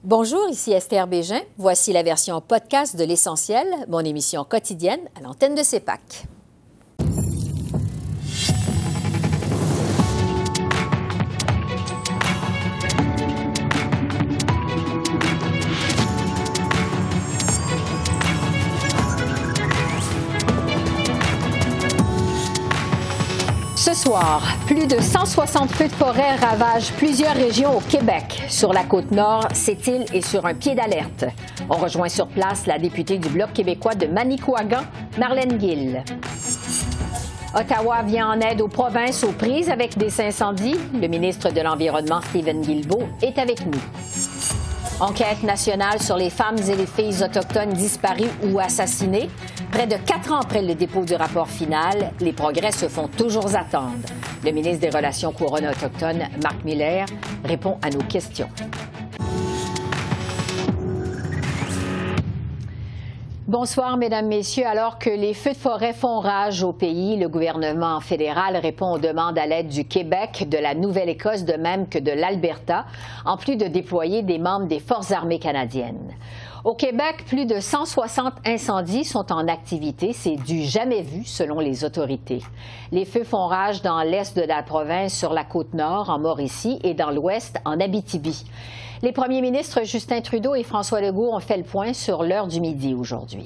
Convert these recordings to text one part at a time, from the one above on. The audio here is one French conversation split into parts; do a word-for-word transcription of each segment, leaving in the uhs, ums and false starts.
Bonjour, ici Esther Bégin. Voici la version podcast de L'Essentiel, mon émission quotidienne à l'antenne de CEPAC. Ce soir, plus de cent soixante feux de forêt ravagent plusieurs régions au Québec. Sur la Côte-Nord, Sept-Îles est sur un pied d'alerte. On rejoint sur place la députée du Bloc québécois de Manicouagan, Marlène Gill. Ottawa vient en aide aux provinces aux prises avec des incendies. Le ministre de l'Environnement, Stephen Guilbeault, est avec nous. Enquête nationale sur les femmes et les filles autochtones disparues ou assassinées. Près de quatre ans après le dépôt du rapport final, les progrès se font toujours attendre. Le ministre des Relations couronnes autochtones, Marc Miller, répond à nos questions. Bonsoir, Mesdames, Messieurs. Alors que les feux de forêt font rage au pays, le gouvernement fédéral répond aux demandes à l'aide du Québec, de la Nouvelle-Écosse, de même que de l'Alberta, en plus de déployer des membres des Forces armées canadiennes. Au Québec, plus de cent soixante incendies sont en activité. C'est du jamais vu, selon les autorités. Les feux font rage dans l'est de la province, sur la Côte-Nord, en Mauricie, et dans l'ouest, en Abitibi. Les premiers ministres Justin Trudeau et François Legault ont fait le point sur l'heure du midi aujourd'hui.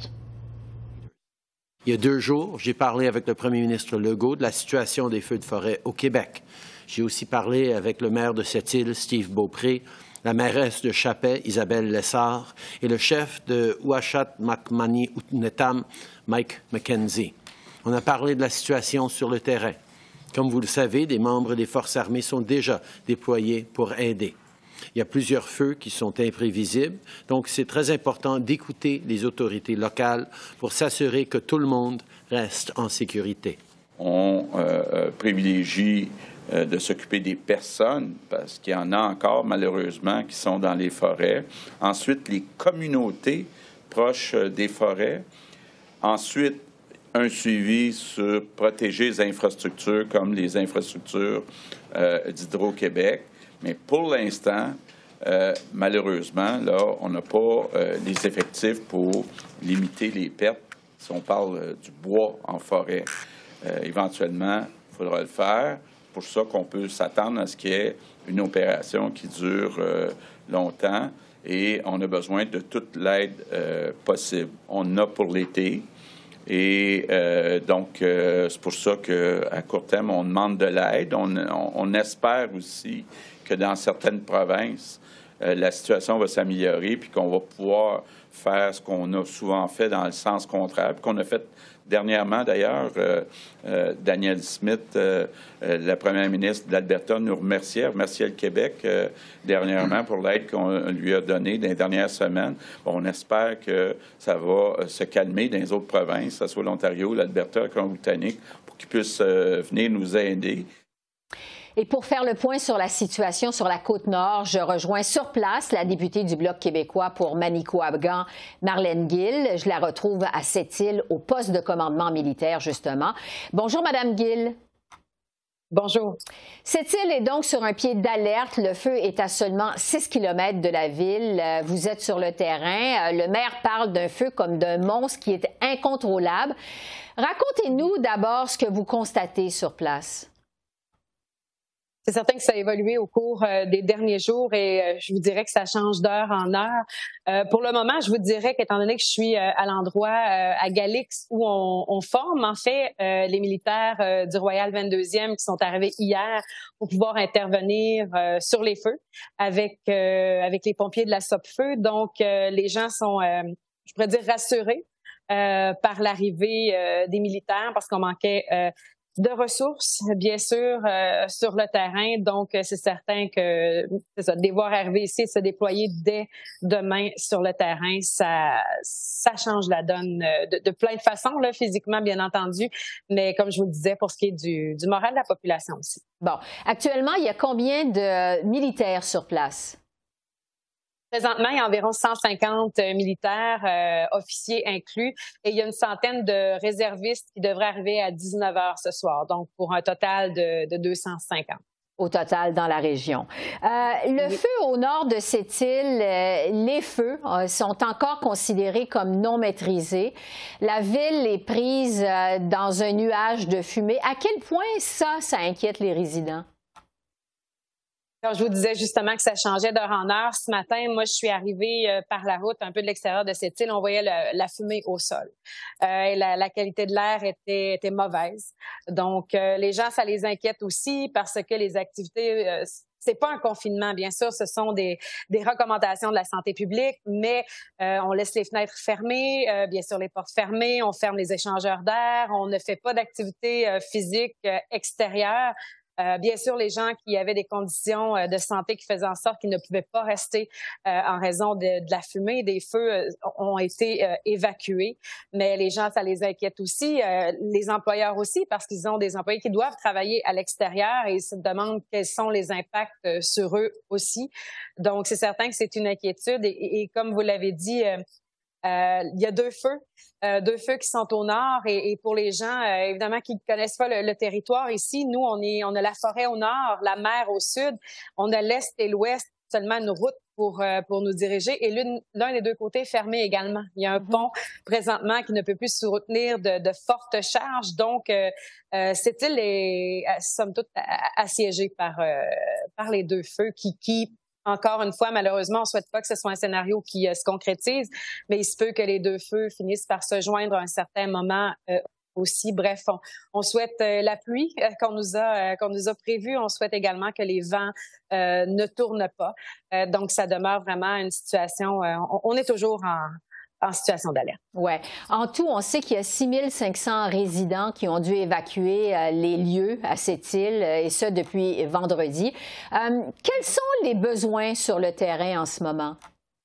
Il y a deux jours, j'ai parlé avec le premier ministre Legault de la situation des feux de forêt au Québec. J'ai aussi parlé avec le maire de Sept-Îles, Steve Beaupré, la mairesse de Chapet, Isabelle Lessard, et le chef de Uashat Makmani Netam, Mike McKenzie. On a parlé de la situation sur le terrain. Comme vous le savez, des membres des Forces armées sont déjà déployés pour aider. Il y a plusieurs feux qui sont imprévisibles, donc c'est très important d'écouter les autorités locales pour s'assurer que tout le monde reste en sécurité. On euh, privilégie euh, de s'occuper des personnes, parce qu'il y en a encore malheureusement qui sont dans les forêts. Ensuite, les communautés proches des forêts. Ensuite, un suivi sur protéger les infrastructures comme les infrastructures euh, d'Hydro-Québec. Mais pour l'instant, euh, malheureusement, là, on n'a pas euh, les effectifs pour limiter les pertes. Si on parle euh, du bois en forêt, euh, éventuellement, il faudra le faire. C'est pour ça qu'on peut s'attendre à ce qu'il y ait une opération qui dure euh, longtemps et on a besoin de toute l'aide euh, possible. On en a pour l'été. Et euh, donc, euh, c'est pour ça qu'à court terme, on demande de l'aide. On, on, on espère aussi que dans certaines provinces, euh, la situation va s'améliorer puis qu'on va pouvoir faire ce qu'on a souvent fait dans le sens contraire, puis qu'on a fait dernièrement, d'ailleurs. euh, euh, Danielle Smith, euh, euh, la première ministre de l'Alberta, nous remerciait, remerciait le Québec euh, dernièrement pour l'aide qu'on lui a donnée dans les dernières semaines. Bon, on espère que ça va euh, se calmer dans les autres provinces, que ce soit l'Ontario, l'Alberta, la Colombie-Britannique, pour qu'ils puissent euh, venir nous aider. Et pour faire le point sur la situation sur la Côte-Nord, je rejoins sur place la députée du Bloc québécois pour Manicouagan, Marlène Gill. Je la retrouve à Sept-Îles, au poste de commandement militaire, justement. Bonjour, Madame Gill. Bonjour. Sept-Îles est donc sur un pied d'alerte. Le feu est à seulement six kilomètres de la ville. Vous êtes sur le terrain. Le maire parle d'un feu comme d'un monstre qui est incontrôlable. Racontez-nous d'abord ce que vous constatez sur place. C'est certain que ça a évolué au cours euh, des derniers jours et euh, je vous dirais que ça change d'heure en heure. Euh, pour le moment, je vous dirais qu'étant donné que je suis euh, à l'endroit euh, à Galix où on, on forme en fait euh, les militaires euh, du Royal vingt-deuxième qui sont arrivés hier pour pouvoir intervenir euh, sur les feux avec euh, avec les pompiers de la Sopfeu. Donc euh, les gens sont, euh, je pourrais dire, rassurés euh, par l'arrivée euh, des militaires parce qu'on manquait euh, de ressources, bien sûr, euh, sur le terrain. Donc, c'est certain que c'est ça, de les voir arriver ici et se déployer dès demain sur le terrain, ça, ça change la donne de, de plein de façons, là, physiquement, bien entendu. Mais comme je vous le disais, pour ce qui est du, du moral de la population aussi. Bon. Actuellement, il y a combien de militaires sur place? Présentement, il y a environ cent cinquante militaires, euh, officiers inclus, et il y a une centaine de réservistes qui devraient arriver à dix-neuf heures ce soir, donc pour un total de, de deux cent cinquante. au total dans la région. Euh, le oui. feu au nord de cette île, euh, les feux euh, sont encore considérés comme non maîtrisés. La ville est prise euh, dans un nuage de fumée. À quel point ça, ça inquiète les résidents? Quand je vous disais justement que ça changeait d'heure en heure, ce matin, moi, je suis arrivée euh, par la route un peu de l'extérieur de cette île. On voyait le, la fumée au sol. Euh, et la, la qualité de l'air était, était mauvaise. Donc, euh, les gens, ça les inquiète aussi parce que les activités... Euh, c'est pas un confinement, bien sûr, ce sont des, des recommandations de la santé publique, mais euh, on laisse les fenêtres fermées, euh, bien sûr les portes fermées, on ferme les échangeurs d'air, on ne fait pas d'activité euh, physique euh, extérieure. Euh, bien sûr, les gens qui avaient des conditions euh, de santé qui faisaient en sorte qu'ils ne pouvaient pas rester euh, en raison de, de la fumée, des feux euh, ont été euh, évacués. Mais les gens, ça les inquiète aussi. Euh, les employeurs aussi, parce qu'ils ont des employés qui doivent travailler à l'extérieur et ils se demandent quels sont les impacts euh, sur eux aussi. Donc, c'est certain que c'est une inquiétude. Et, et, et comme vous l'avez dit, euh, Euh, il y a deux feux, euh, deux feux qui sont au nord et, et pour les gens, euh, évidemment, qui ne connaissent pas le, le territoire ici, nous, on est, on a la forêt au nord, la mer au sud, on a l'est et l'ouest, seulement une route pour euh, pour nous diriger et l'une, l'un des deux côtés fermé également. Il y a un mm-hmm. pont présentement qui ne peut plus soutenir de, de fortes charges, donc euh, euh, cette île est, somme toute, assiégée par euh, par les deux feux qui qui Encore une fois, malheureusement, on ne souhaite pas que ce soit un scénario qui euh, se concrétise, mais il se peut que les deux feux finissent par se joindre à un certain moment euh, aussi. Bref, on, on souhaite euh, la pluie euh, qu'on nous a euh, qu'on nous a prévue. On souhaite également que les vents euh, ne tournent pas. Euh, donc, ça demeure vraiment une situation. Euh, on, on est toujours en en situation d'alerte. Oui. En tout, on sait qu'il y a six mille cinq cents résidents qui ont dû évacuer euh, les lieux à cette île, et ce, depuis vendredi. Euh, quels sont les besoins sur le terrain en ce moment?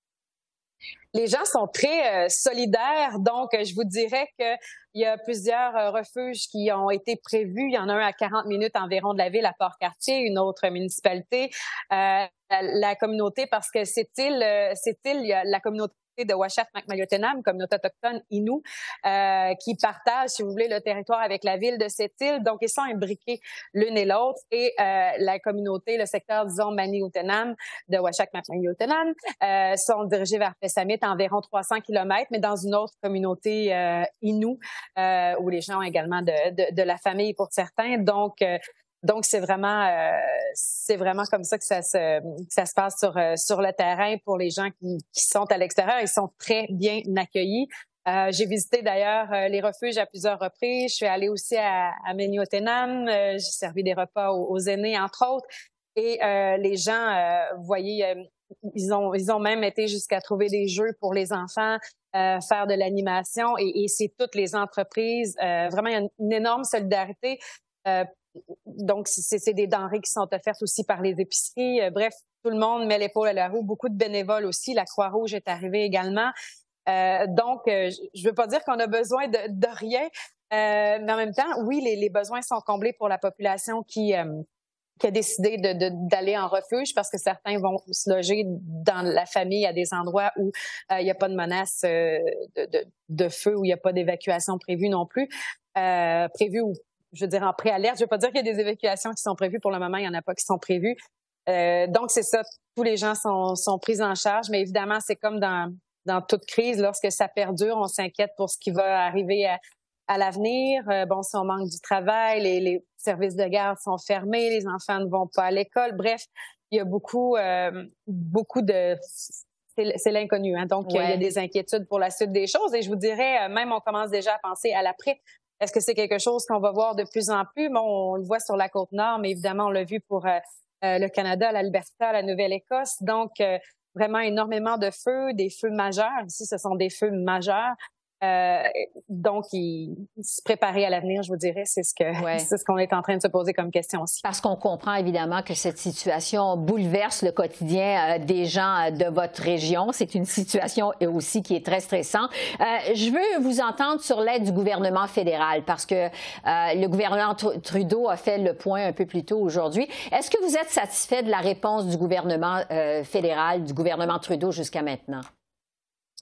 Les gens sont très euh, solidaires, donc je vous dirais qu'il y a plusieurs euh, refuges qui ont été prévus. Il y en a un à quarante minutes environ de la ville, à Port-Cartier, une autre municipalité. Euh, la, la communauté, parce que cette île, euh, cette île, il y a la communauté de Uashat-Makmayotenam, communauté autochtone Innu, euh, qui partagent, si vous voulez, le territoire avec la ville de cette île. Donc, ils sont imbriqués l'une et l'autre. Et euh, la communauté, le secteur, disons, Manioutenam de Uashat-Makmayotenam, euh, sont dirigés vers Pessamit, environ trois cents kilomètres, mais dans une autre communauté euh, Innu, euh, où les gens ont également de, de, de la famille pour certains. Donc, euh, Donc, c'est vraiment, euh, c'est vraiment comme ça que ça se, que ça se passe sur, euh, sur le terrain pour les gens qui, qui sont à l'extérieur. Ils sont très bien accueillis. Euh, j'ai visité d'ailleurs euh, les refuges à plusieurs reprises. Je suis allée aussi à, à Manioutenam. Euh, j'ai servi des repas aux, aux aînés, entre autres. Et euh, les gens, euh, vous voyez, euh, ils ont, ils ont même été jusqu'à trouver des jeux pour les enfants, euh, faire de l'animation. Et, et c'est toutes les entreprises. Euh, vraiment, il y a une, une énorme solidarité. Euh, Donc, c'est, c'est des denrées qui sont offertes aussi par les épiceries. Euh, bref, tout le monde met l'épaule à la roue. Beaucoup de bénévoles aussi. La Croix-Rouge est arrivée également. Euh, donc, euh, je ne veux pas dire qu'on a besoin de, de rien, euh, mais en même temps, oui, les, les besoins sont comblés pour la population qui, euh, qui a décidé de, de, d'aller en refuge parce que certains vont se loger dans la famille à des endroits où euh, il n'y a pas de menace euh, de, de, de feu, où il n'y a pas d'évacuation prévue non plus, euh, prévue ou je veux dire, en préalerte. Je veux pas dire qu'il y a des évacuations qui sont prévues. Pour le moment, il y en a pas qui sont prévues. Euh, donc, c'est ça. Tous les gens sont, sont pris en charge. Mais évidemment, c'est comme dans, dans toute crise. Lorsque ça perdure, on s'inquiète pour ce qui va arriver à, à l'avenir. Euh, bon, si on manque du travail, les, les services de garde sont fermés, les enfants ne vont pas à l'école. Bref, il y a beaucoup, euh, beaucoup de... C'est, c'est l'inconnu. Hein? Donc, ouais. Il y a des inquiétudes pour la suite des choses. Et je vous dirais, même on commence déjà à penser à l'après. Est-ce que c'est quelque chose qu'on va voir de plus en plus? Bon, on le voit sur la Côte-Nord, mais évidemment, on l'a vu pour euh, le Canada, l'Alberta, la Nouvelle-Écosse. Donc, euh, vraiment énormément de feux, des feux majeurs. Ici, ce sont des feux majeurs. Euh, donc, il, se préparer à l'avenir, je vous dirais, c'est ce que ouais. c'est ce qu'on est en train de se poser comme question aussi. Parce qu'on comprend évidemment que cette situation bouleverse le quotidien euh, des gens euh, de votre région. C'est une situation aussi qui est très stressante. Euh, je veux vous entendre sur l'aide du gouvernement fédéral parce que euh, le gouvernement Trudeau a fait le point un peu plus tôt aujourd'hui. Est-ce que vous êtes satisfait de la réponse du gouvernement euh, fédéral, du gouvernement Trudeau jusqu'à maintenant?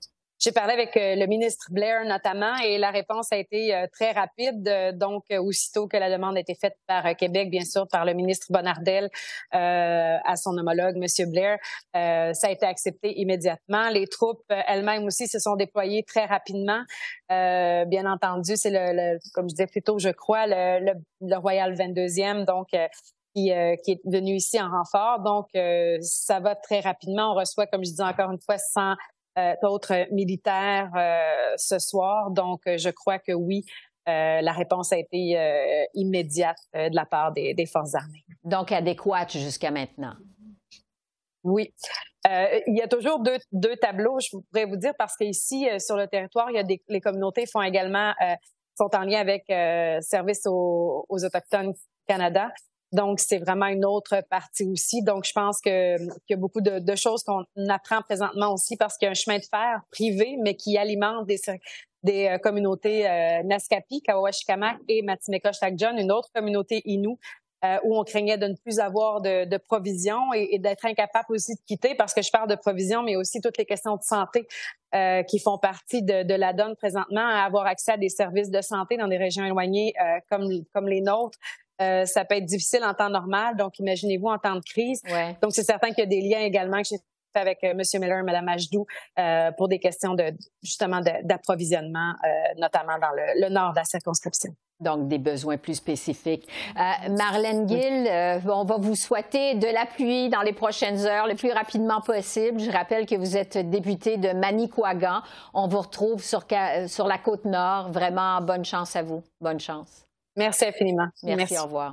j'ai parlé avec euh, le ministre Blair notamment et la réponse a été euh, très rapide. Euh, donc, euh, aussitôt que la demande a été faite par euh, Québec, bien sûr, par le ministre Bonnardel euh, à son homologue, M. Blair, euh, ça a été accepté immédiatement. Les troupes euh, elles-mêmes aussi se sont déployées très rapidement. Euh, bien entendu, c'est le, le, comme je disais plus tôt, je crois, le, le, le Royal vingt-deuxième, donc euh, qui, euh, qui est venu ici en renfort. Donc, euh, ça va très rapidement. On reçoit, comme je dis encore une fois, cent euh, autres militaires euh, ce soir. Donc, euh, je crois que oui, euh, la réponse a été euh, immédiate euh, de la part des, des forces armées. Donc, adéquate jusqu'à maintenant. Oui. Euh, il y a toujours deux, deux tableaux, je pourrais vous dire, parce qu'ici, euh, sur le territoire, il y a des, les communautés font également, euh, sont en lien avec euh, Service aux, aux Autochtones Canada. Donc, c'est vraiment une autre partie aussi. Donc, je pense que, qu'il y a beaucoup de, de choses qu'on apprend présentement aussi parce qu'il y a un chemin de fer privé, mais qui alimente des, des euh, communautés euh, Naskapi, Kawashikamak et Matimekos-Takjon, une autre communauté Innu, Euh, où on craignait de ne plus avoir de, de provisions et, et d'être incapable aussi de quitter, parce que je parle de provisions, mais aussi toutes les questions de santé euh, qui font partie de, de la donne présentement, à avoir accès à des services de santé dans des régions éloignées euh, comme, comme les nôtres. Euh, ça peut être difficile en temps normal, donc imaginez-vous en temps de crise. Ouais. Donc, c'est certain qu'il y a des liens également que j'ai fait avec euh, M. Miller et Mme Ajdou euh, pour des questions de justement de, d'approvisionnement, euh, notamment dans le, le nord de la circonscription. Donc, des besoins plus spécifiques. Euh, Marlène Gill, euh, on va vous souhaiter de la pluie dans les prochaines heures, le plus rapidement possible. Je rappelle que vous êtes députée de Manicouagan. On vous retrouve sur, sur la Côte-Nord. Vraiment, bonne chance à vous. Bonne chance. Merci infiniment. Merci, Merci. Au revoir.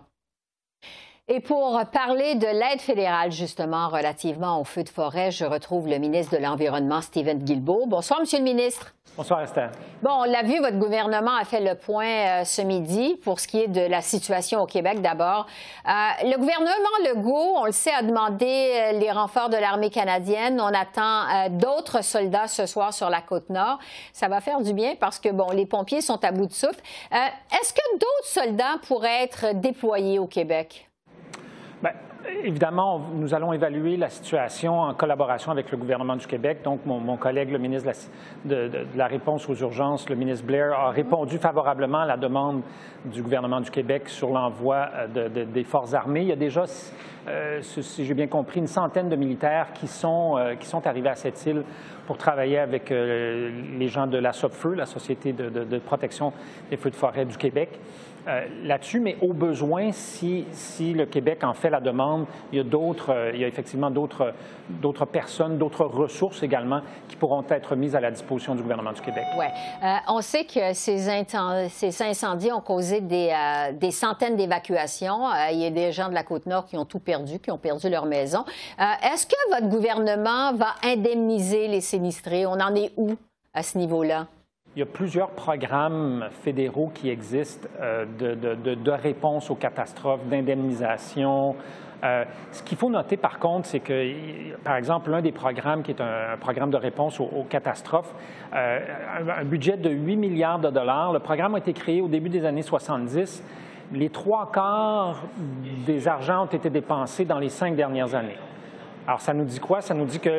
Et pour parler de l'aide fédérale, justement, relativement aux feux de forêt, je retrouve le ministre de l'Environnement, Stephen Guilbeault. Bonsoir, Monsieur le ministre. Bonsoir, Esther. Bon, on l'a vu, votre gouvernement a fait le point euh, ce midi pour ce qui est de la situation au Québec d'abord. Euh, le gouvernement Legault, on le sait, a demandé euh, les renforts de l'armée canadienne. On attend euh, d'autres soldats ce soir sur la Côte-Nord. Ça va faire du bien parce que, bon, les pompiers sont à bout de souffle. Euh, est-ce que d'autres soldats pourraient être déployés au Québec? Bien, évidemment, nous allons évaluer la situation en collaboration avec le gouvernement du Québec. Donc, mon, mon collègue, le ministre de la, de, de, de la réponse aux urgences, le ministre Blair, a répondu favorablement à la demande du gouvernement du Québec sur l'envoi de, de, des forces armées. Il y a déjà, euh, si j'ai bien compris, une centaine de militaires qui sont, euh, qui sont arrivés à cette île pour travailler avec euh, les gens de la SOPFEU, la Société de, de, de protection des feux de forêt du Québec. Euh, là-dessus, mais au besoin, si, si le Québec en fait la demande, il y a d'autres, euh, il y a effectivement d'autres, d'autres personnes, d'autres ressources également qui pourront être mises à la disposition du gouvernement du Québec. Oui. Euh, on sait que ces, ces incendies ont causé des, euh, des centaines d'évacuations. Euh, il y a des gens de la Côte-Nord qui ont tout perdu, qui ont perdu leur maison. Euh, est-ce que votre gouvernement va indemniser les sinistrés? On en est où à ce niveau-là? Il y a plusieurs programmes fédéraux qui existent euh, de, de, de, de réponse aux catastrophes, d'indemnisation. Euh, ce qu'il faut noter, par contre, c'est que, par exemple, l'un des programmes qui est un, un programme de réponse aux, aux catastrophes, euh, un, un budget de huit milliards de dollars. Le programme a été créé au début des années soixante-dix. Les trois quarts des argents ont été dépensés dans les cinq dernières années. Alors, ça nous dit quoi? Ça nous dit qu'il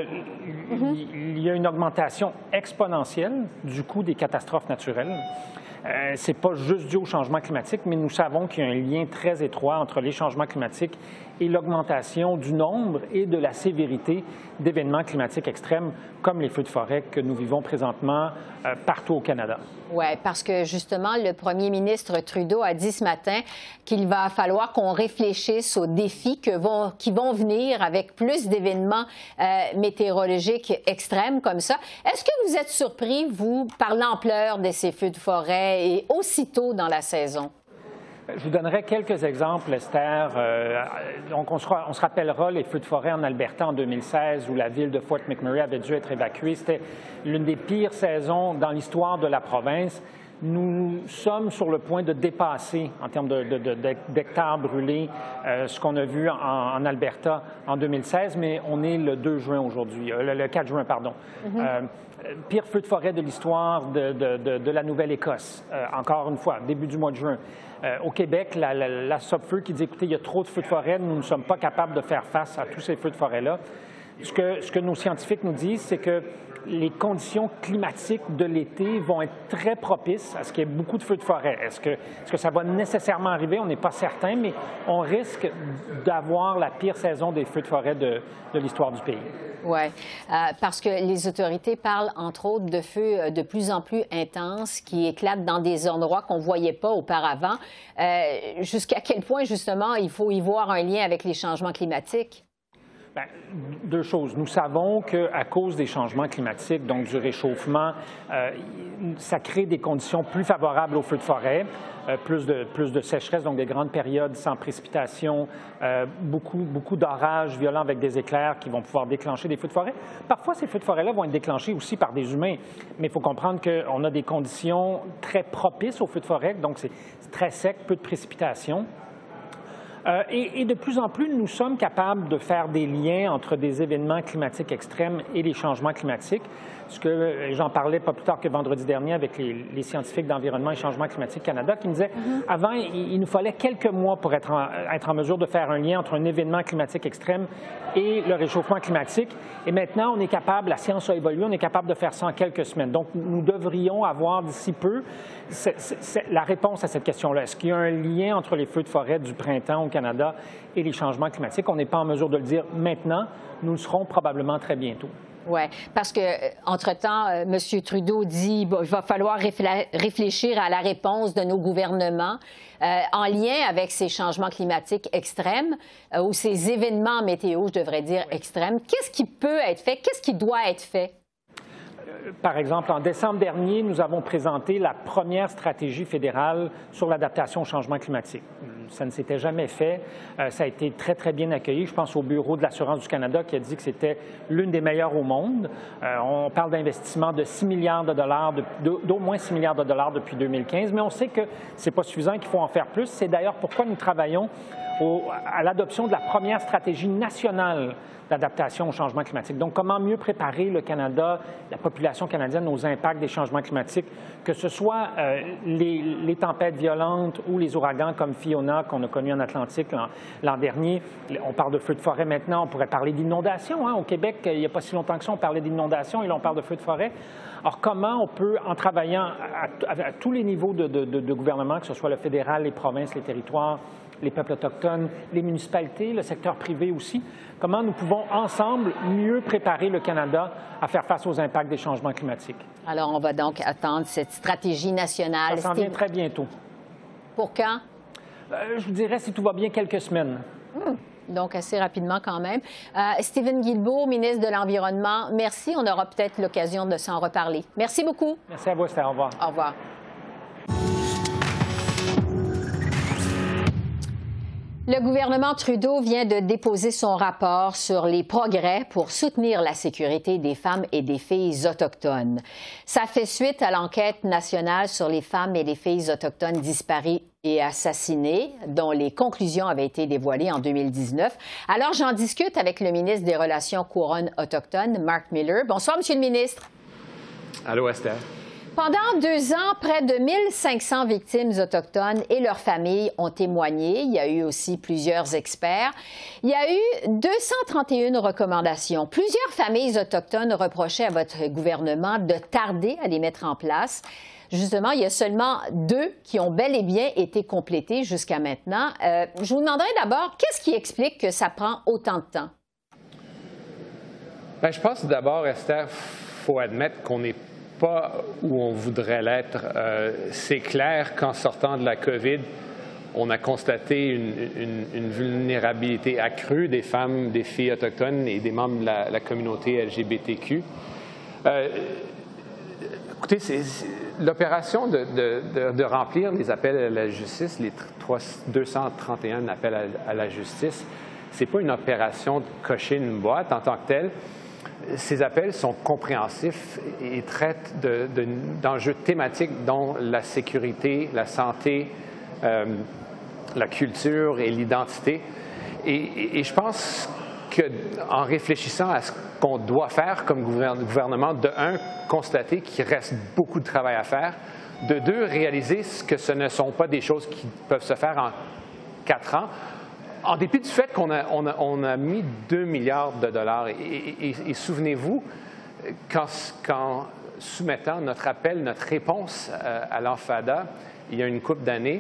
mm-hmm. y a une augmentation exponentielle du coût des catastrophes naturelles. Euh, ce n'est pas juste dû au changement climatique, mais nous savons qu'il y a un lien très étroit entre les changements climatiques et l'augmentation du nombre et de la sévérité d'événements climatiques extrêmes comme les feux de forêt que nous vivons présentement euh, partout au Canada. Oui, parce que justement, le premier ministre Trudeau a dit ce matin qu'il va falloir qu'on réfléchisse aux défis que vont, qui vont venir avec plus d'événements euh, météorologiques extrêmes comme ça. Est-ce que vous êtes surpris, vous, par l'ampleur de ces feux de forêt et aussitôt dans la saison? Je vous donnerai quelques exemples, Esther. Euh, donc, on se, on se rappellera les feux de forêt en Alberta en deux mille seize, où la ville de Fort McMurray avait dû être évacuée. C'était l'une des pires saisons dans l'histoire de la province. Nous sommes sur le point de dépasser, en termes de, de, de, d'hectares brûlés, euh, ce qu'on a vu en, en Alberta en deux mille seize, mais on est le deux juin aujourd'hui, euh, le quatre juin, pardon. Mm-hmm. Euh, pire feu de forêt de l'histoire de, de, de, de la Nouvelle-Écosse, euh, encore une fois, début du mois de juin. Euh, au Québec, la, la, la SOPFEU qui dit, écoutez, il y a trop de feux de forêt, nous ne sommes pas capables de faire face à tous ces feux de forêt-là. Ce que, ce que nos scientifiques nous disent, c'est que les conditions climatiques de l'été vont être très propices à ce qu'il y ait beaucoup de feux de forêt. Est-ce que, est-ce que ça va nécessairement arriver? On n'est pas certain, mais on risque d'avoir la pire saison des feux de forêt de, de l'histoire du pays. Oui, euh, parce que les autorités parlent, entre autres, de feux de plus en plus intenses qui éclatent dans des endroits qu'on ne voyait pas auparavant. Euh, jusqu'à quel point, justement, il faut y voir un lien avec les changements climatiques? Bien, deux choses. Nous savons qu'à cause des changements climatiques, donc du réchauffement, euh, ça crée des conditions plus favorables aux feux de forêt, euh, plus de, plus de sécheresse, donc des grandes périodes sans précipitation, euh, beaucoup, beaucoup d'orages violents avec des éclairs qui vont pouvoir déclencher des feux de forêt. Parfois, ces feux de forêt-là vont être déclenchés aussi par des humains, mais il faut comprendre qu'on a des conditions très propices aux feux de forêt, donc c'est très sec, peu de précipitations. Euh, et, et de plus en plus, nous sommes capables de faire des liens entre des événements climatiques extrêmes et les changements climatiques. Ce que j'en parlais pas plus tard que vendredi dernier avec les, les scientifiques d'Environnement et Changement climatique Canada qui me disaient mm-hmm. avant, il, il nous fallait quelques mois pour être en, être en mesure de faire un lien entre un événement climatique extrême et le réchauffement climatique. Et maintenant, on est capable, la science a évolué, on est capable de faire ça en quelques semaines. Donc, nous devrions avoir d'ici peu c'est, c'est la réponse à cette question-là. Est-ce qu'il y a un lien entre les feux de forêt du printemps au Canada et les changements climatiques? On n'est pas en mesure de le dire maintenant. Nous le serons probablement très bientôt. Oui, parce que entre-temps, euh, M. Trudeau dit qu'il va falloir réfl- réfléchir à la réponse de nos gouvernements euh, en lien avec ces changements climatiques extrêmes euh, ou ces événements météo, je devrais dire, extrêmes. Qu'est-ce qui peut être fait? Qu'est-ce qui doit être fait? Par exemple, en décembre dernier, nous avons présenté la première stratégie fédérale sur l'adaptation au changement climatique. Ça ne s'était jamais fait. Euh, ça a été très, très bien accueilli. Je pense au Bureau de l'assurance du Canada qui a dit que c'était l'une des meilleures au monde. Euh, on parle d'investissement de six milliards de dollars, de, d'au moins six milliards de dollars depuis deux mille quinze, mais on sait que ce n'est pas suffisant, qu'il faut en faire plus. C'est d'ailleurs pourquoi nous travaillons au, à l'adoption de la première stratégie nationale d'adaptation au changement climatique. Donc, comment mieux préparer le Canada, la population canadienne aux impacts des changements climatiques, que ce soit euh, les, les tempêtes violentes ou les ouragans comme Fiona qu'on a connu en Atlantique l'an, l'an dernier. On parle de feux de forêt maintenant, on pourrait parler d'inondations. Hein? Au Québec, il n'y a pas si longtemps que ça, on parlait d'inondations et là, on parle de feux de forêt. Alors, comment on peut, en travaillant à, à, à tous les niveaux de, de, de, de gouvernement, que ce soit le fédéral, les provinces, les territoires, les peuples autochtones, les municipalités, le secteur privé aussi, comment nous pouvons ensemble mieux préparer le Canada à faire face aux impacts des changements climatiques. Alors, on va donc attendre cette stratégie nationale. Ça s'en vient très bientôt. Pour quand? Euh, je vous dirais, si tout va bien, quelques semaines. Hum. Donc, assez rapidement quand même. Euh, Stephen Guilbeault, ministre de l'Environnement, merci. On aura peut-être l'occasion de s'en reparler. Merci beaucoup. Merci à vous, Esther. Au revoir. Au revoir. Le gouvernement Trudeau vient de déposer son rapport sur les progrès pour soutenir la sécurité des femmes et des filles autochtones. Ça fait suite à l'enquête nationale sur les femmes et les filles autochtones disparues et assassinées, dont les conclusions avaient été dévoilées en deux mille dix-neuf. Alors, j'en discute avec le ministre des Relations couronnes autochtones, Mark Miller. Bonsoir, Monsieur le ministre. Allô, Esther. Pendant deux ans, près de mille cinq cents victimes autochtones et leurs familles ont témoigné. Il y a eu aussi plusieurs experts. Il y a eu deux cent trente et une recommandations. Plusieurs familles autochtones reprochaient à votre gouvernement de tarder à les mettre en place. Justement, il y a seulement deux qui ont bel et bien été complétées jusqu'à maintenant. Euh, je vous demanderai d'abord, qu'est-ce qui explique que ça prend autant de temps? Bien, je pense d'abord, Esther, il faut admettre qu'on n'est pas où on voudrait l'être. Euh, c'est clair qu'en sortant de la COVID, on a constaté une, une, une vulnérabilité accrue des femmes, des filles autochtones et des membres de la, la communauté L G B T Q. Euh, écoutez, c'est, c'est, l'opération de, de, de, de remplir les appels à la justice, les deux cent trente et un appels à, à la justice, c'est pas une opération de cocher une boîte en tant que telle. Ces appels sont compréhensifs et traitent de, de, d'enjeux thématiques dont la sécurité, la santé, euh, la culture et l'identité. Et, et, et je pense qu'en réfléchissant à ce qu'on doit faire comme gouvernement, de un, constater qu'il reste beaucoup de travail à faire, de deux, réaliser que ce ne sont pas des choses qui peuvent se faire en quatre ans. en dépit du fait qu'on a, on a, on a mis deux milliards de dollars, et, et, et, et souvenez-vous, qu'en quand soumettant notre appel, notre réponse à, à l'Enfada, il y a une couple d'années,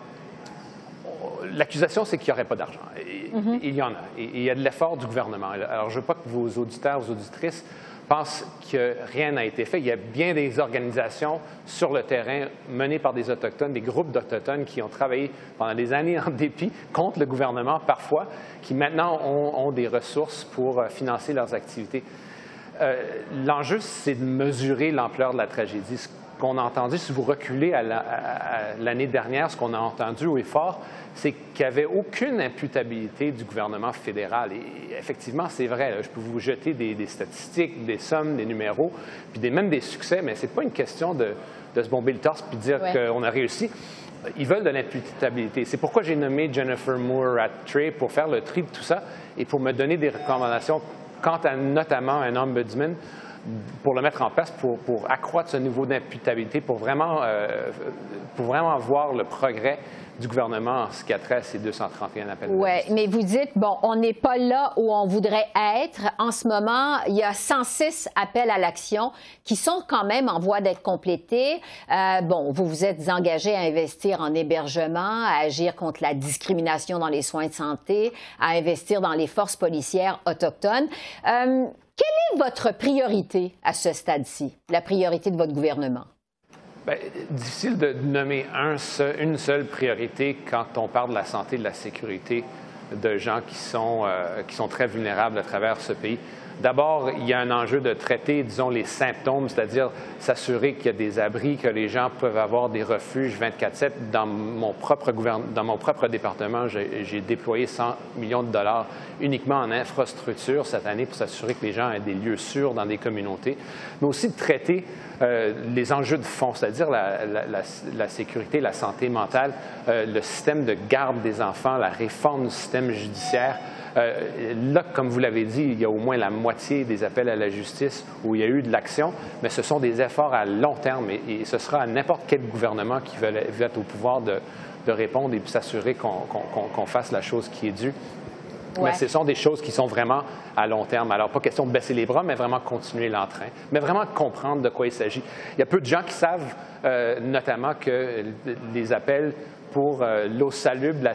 l'accusation, c'est qu'il n'y aurait pas d'argent. Mm-hmm. Il y en a. Et il y a de l'effort du gouvernement. Alors, je ne veux pas que vos auditeurs, vos auditrices pensent que rien n'a été fait. Il y a bien des organisations sur le terrain menées par des Autochtones, des groupes d'Autochtones qui ont travaillé pendant des années en dépit contre le gouvernement parfois, qui maintenant ont, ont des ressources pour financer leurs activités. Euh, l'enjeu, c'est de mesurer l'ampleur de la tragédie. Ce qu'on a entendu, si vous reculez à l'année dernière, ce qu'on a entendu haut et fort, c'est qu'il n'y avait aucune imputabilité du gouvernement fédéral. Et effectivement, c'est vrai. Là, je peux vous jeter des, des statistiques, des sommes, des numéros, puis des, même des succès, mais ce n'est pas une question de, de se bomber le torse puis de dire ouais. qu'on a réussi. Ils veulent de l'imputabilité. C'est pourquoi j'ai nommé Jennifer Moore-Rattray pour faire le tri de tout ça et pour me donner des recommandations quant à notamment un ombudsman, pour le mettre en place, pour, pour accroître ce niveau d'imputabilité, pour vraiment, euh, pour vraiment voir le progrès du gouvernement en ce qui a trait à ces deux cent trente et un appels. Oui, mais vous dites, bon, on n'est pas là où on voudrait être. En ce moment, il y a cent six appels à l'action qui sont quand même en voie d'être complétés. Euh, bon, vous vous êtes engagé à investir en hébergement, à agir contre la discrimination dans les soins de santé, à investir dans les forces policières autochtones. Euh, quelle est votre priorité à ce stade-ci, la priorité de votre gouvernement? Bien, difficile de nommer un seul, une seule priorité quand on parle de la santé et de la sécurité de gens qui sont, euh, qui sont très vulnérables à travers ce pays. D'abord, il y a un enjeu de traiter, disons, les symptômes, c'est-à-dire s'assurer qu'il y a des abris, que les gens peuvent avoir des refuges vingt-quatre sept. Dans mon propre gouvernement, dans mon propre département, j'ai déployé cent millions de dollars uniquement en infrastructure cette année pour s'assurer que les gens aient des lieux sûrs dans des communautés, mais aussi de traiter euh, les enjeux de fond, c'est-à-dire la, la, la, la sécurité, la santé mentale, euh, le système de garde des enfants, la réforme du système judiciaire. Euh, là, comme vous l'avez dit, il y a au moins la moitié des appels à la justice où il y a eu de l'action, mais ce sont des efforts à long terme et, et ce sera à n'importe quel gouvernement qui veut, veut être au pouvoir de, de répondre et puis s'assurer qu'on qu'on, qu'on fasse la chose qui est due. Ouais. Mais ce sont des choses qui sont vraiment à long terme. Alors, pas question de baisser les bras, mais vraiment continuer l'entrain, mais vraiment comprendre de quoi il s'agit. Il y a peu de gens qui savent euh, notamment que les appels pour euh, l'eau salubre,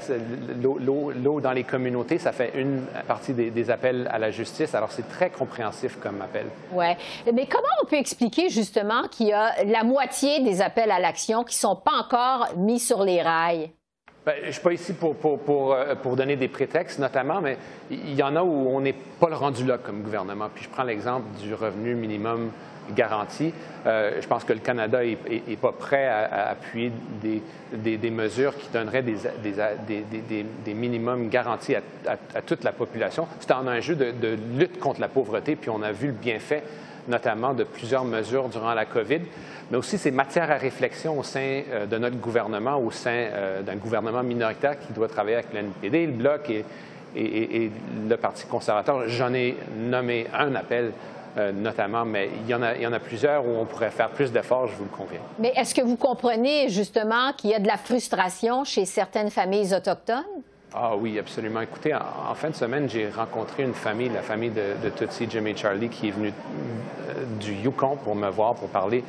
l'eau dans les communautés, ça fait une partie des, des appels à la justice. Alors, c'est très compréhensif comme appel. Oui. Mais comment on peut expliquer justement qu'il y a la moitié des appels à l'action qui ne sont pas encore mis sur les rails? Bien, je ne suis pas ici pour, pour, pour, pour donner des prétextes, notamment, mais il y en a où on n'est pas le rendu là comme gouvernement. Puis je prends l'exemple du revenu minimum garanti. Euh, je pense que le Canada n'est pas prêt à, à appuyer des, des, des mesures qui donneraient des, des, des, des, des minimums garantis à, à, à toute la population. C'est un enjeu de, de lutte contre la pauvreté, puis on a vu le bienfait notamment de plusieurs mesures durant la COVID, mais aussi c'est matière à réflexion au sein euh, de notre gouvernement, au sein euh, d'un gouvernement minoritaire qui doit travailler avec le N P D, le Bloc et, et, et, et le Parti conservateur. J'en ai nommé un appel Euh, notamment, mais il y, en a, il y en a plusieurs où on pourrait faire plus d'efforts, je vous le conviens. Mais est-ce que vous comprenez justement qu'il y a de la frustration chez certaines familles autochtones? Ah oui, absolument. Écoutez, en, en fin de semaine, j'ai rencontré une famille, la famille de, de Tutsi, Jim et Charlie, qui est venue euh, du Yukon pour me voir, pour parler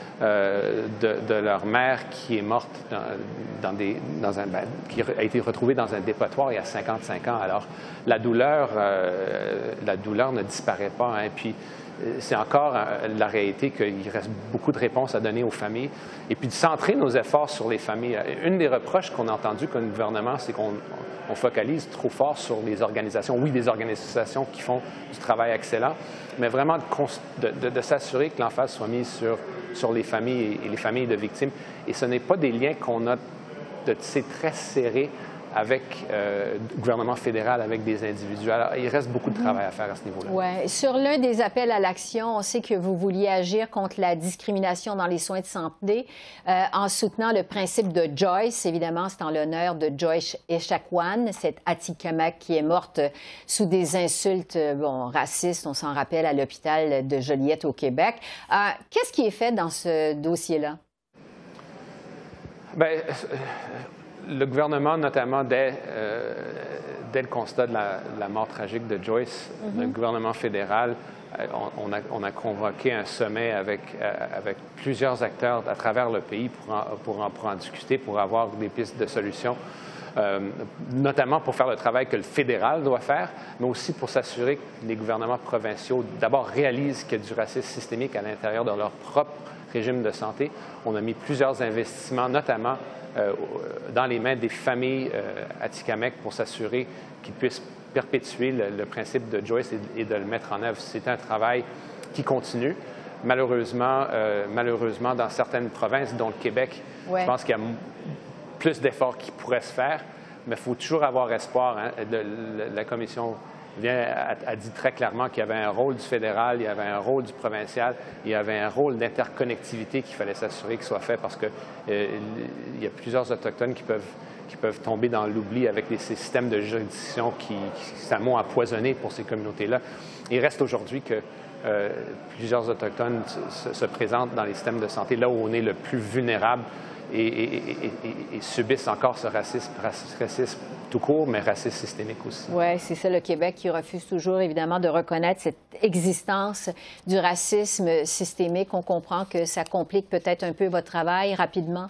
euh, de, de leur mère qui est morte dans, dans des, dans un, ben, qui a été retrouvée dans un dépotoir il y a cinquante-cinq ans. Alors, la douleur, euh, la douleur ne disparaît pas. Hein, puis, c'est encore la réalité qu'il reste beaucoup de réponses à donner aux familles et puis de centrer nos efforts sur les familles. Une des reproches qu'on a entendu comme gouvernement, c'est qu'on on focalise trop fort sur les organisations. Oui, des organisations qui font du travail excellent, mais vraiment de, de, de s'assurer que l'emphase soit mise sur, sur les familles et les familles de victimes. Et ce n'est pas des liens qu'on a de tisser très serrés avec euh, le gouvernement fédéral, avec des individus. Alors, il reste beaucoup de travail à faire à ce niveau-là. Oui. Sur l'un des appels à l'action, on sait que vous vouliez agir contre la discrimination dans les soins de santé euh, en soutenant le principe de Joyce. Évidemment, c'est en l'honneur de Joyce Echaquan, cette Atikamekw qui est morte sous des insultes bon, racistes, on s'en rappelle, à l'hôpital de Joliette au Québec. Euh, Qu'est-ce qui est fait dans ce dossier-là? Bien, le gouvernement, notamment dès, euh, dès le constat de la, de la mort tragique de Joyce, mm-hmm. le gouvernement fédéral, on, on, a, on a convoqué un sommet avec, avec plusieurs acteurs à travers le pays pour en, pour en, pour en discuter, pour avoir des pistes de solutions. Euh, notamment pour faire le travail que le fédéral doit faire, mais aussi pour s'assurer que les gouvernements provinciaux, d'abord, réalisent qu'il y a du racisme systémique à l'intérieur de leur propre régime de santé. On a mis plusieurs investissements, notamment euh, dans les mains des familles euh, atikamekw pour s'assurer qu'ils puissent perpétuer le, le principe de Joyce et, et de le mettre en œuvre. C'est un travail qui continue. Malheureusement, euh, malheureusement, dans certaines provinces, dont le Québec, ouais. je pense qu'il y a plus d'efforts qui pourraient se faire, mais il faut toujours avoir espoir. Hein. De, de, la Commission vient, a, a dit très clairement qu'il y avait un rôle du fédéral, il y avait un rôle du provincial, il y avait un rôle d'interconnectivité qu'il fallait s'assurer qu'il soit fait parce qu'il euh, y a plusieurs Autochtones qui peuvent, qui peuvent tomber dans l'oubli avec les, ces systèmes de juridiction qui, qui c'est un mot empoisonné pour ces communautés-là. Il reste aujourd'hui que euh, plusieurs Autochtones se, se présentent dans les systèmes de santé là où on est le plus vulnérable. Et, et, et, et, et subissent encore ce racisme, racisme tout court, mais racisme systémique aussi. Oui, c'est ça, le Québec qui refuse toujours, évidemment, de reconnaître cette existence du racisme systémique. On comprend que ça complique peut-être un peu votre travail rapidement.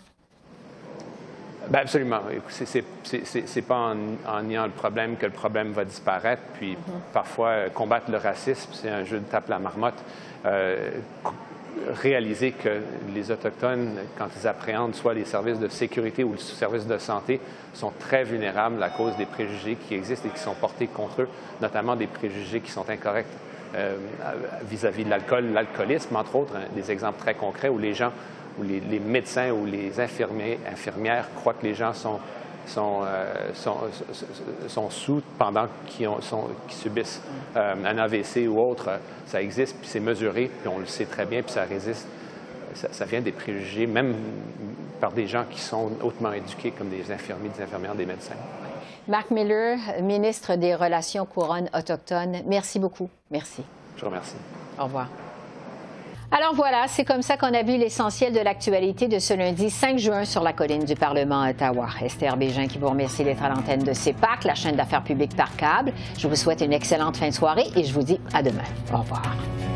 Bien, absolument. Ce n'est pas en, en niant le problème que le problème va disparaître. Puis mm-hmm. parfois, combattre le racisme, c'est un jeu de tape la marmotte. Euh, réaliser que les Autochtones, quand ils appréhendent soit les services de sécurité ou les services de santé, sont très vulnérables à cause des préjugés qui existent et qui sont portés contre eux, notamment des préjugés qui sont incorrects euh, vis-à-vis de l'alcool, l'alcoolisme, entre autres, hein, des exemples très concrets où les gens, où les, les médecins ou les infirmiers, infirmières croient que les gens sont Sont, euh, sont, sont sous pendant qu'ils qu subissent euh, un A V C ou autre. Ça existe, puis c'est mesuré, puis on le sait très bien, puis ça résiste. Ça, ça vient des préjugés, même par des gens qui sont hautement éduqués, comme des infirmiers, des infirmières, des médecins. Marc Miller, ministre des Relations couronnes autochtones, merci beaucoup. Merci. Je vous remercie. Au revoir. Alors voilà, c'est comme ça qu'on a vu l'essentiel de l'actualité de ce lundi cinq juin sur la colline du Parlement à Ottawa. Esther Bégin qui vous remercie d'être à l'antenne de C E P A C, la chaîne d'affaires publiques par câble. Je vous souhaite une excellente fin de soirée et je vous dis à demain. Au revoir.